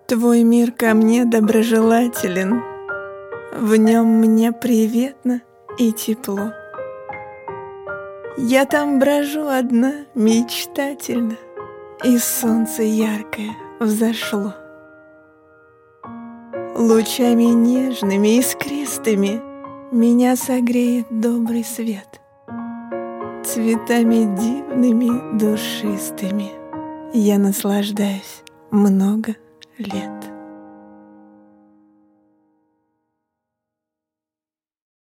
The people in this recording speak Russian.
Твой мир ко мне доброжелателен, в нем мне приветно и тепло. Я там брожу одна мечтательно, и солнце яркое взошло. Лучами нежными, искристыми меня согреет добрый свет. Цветами дивными, душистыми я наслаждаюсь много лет.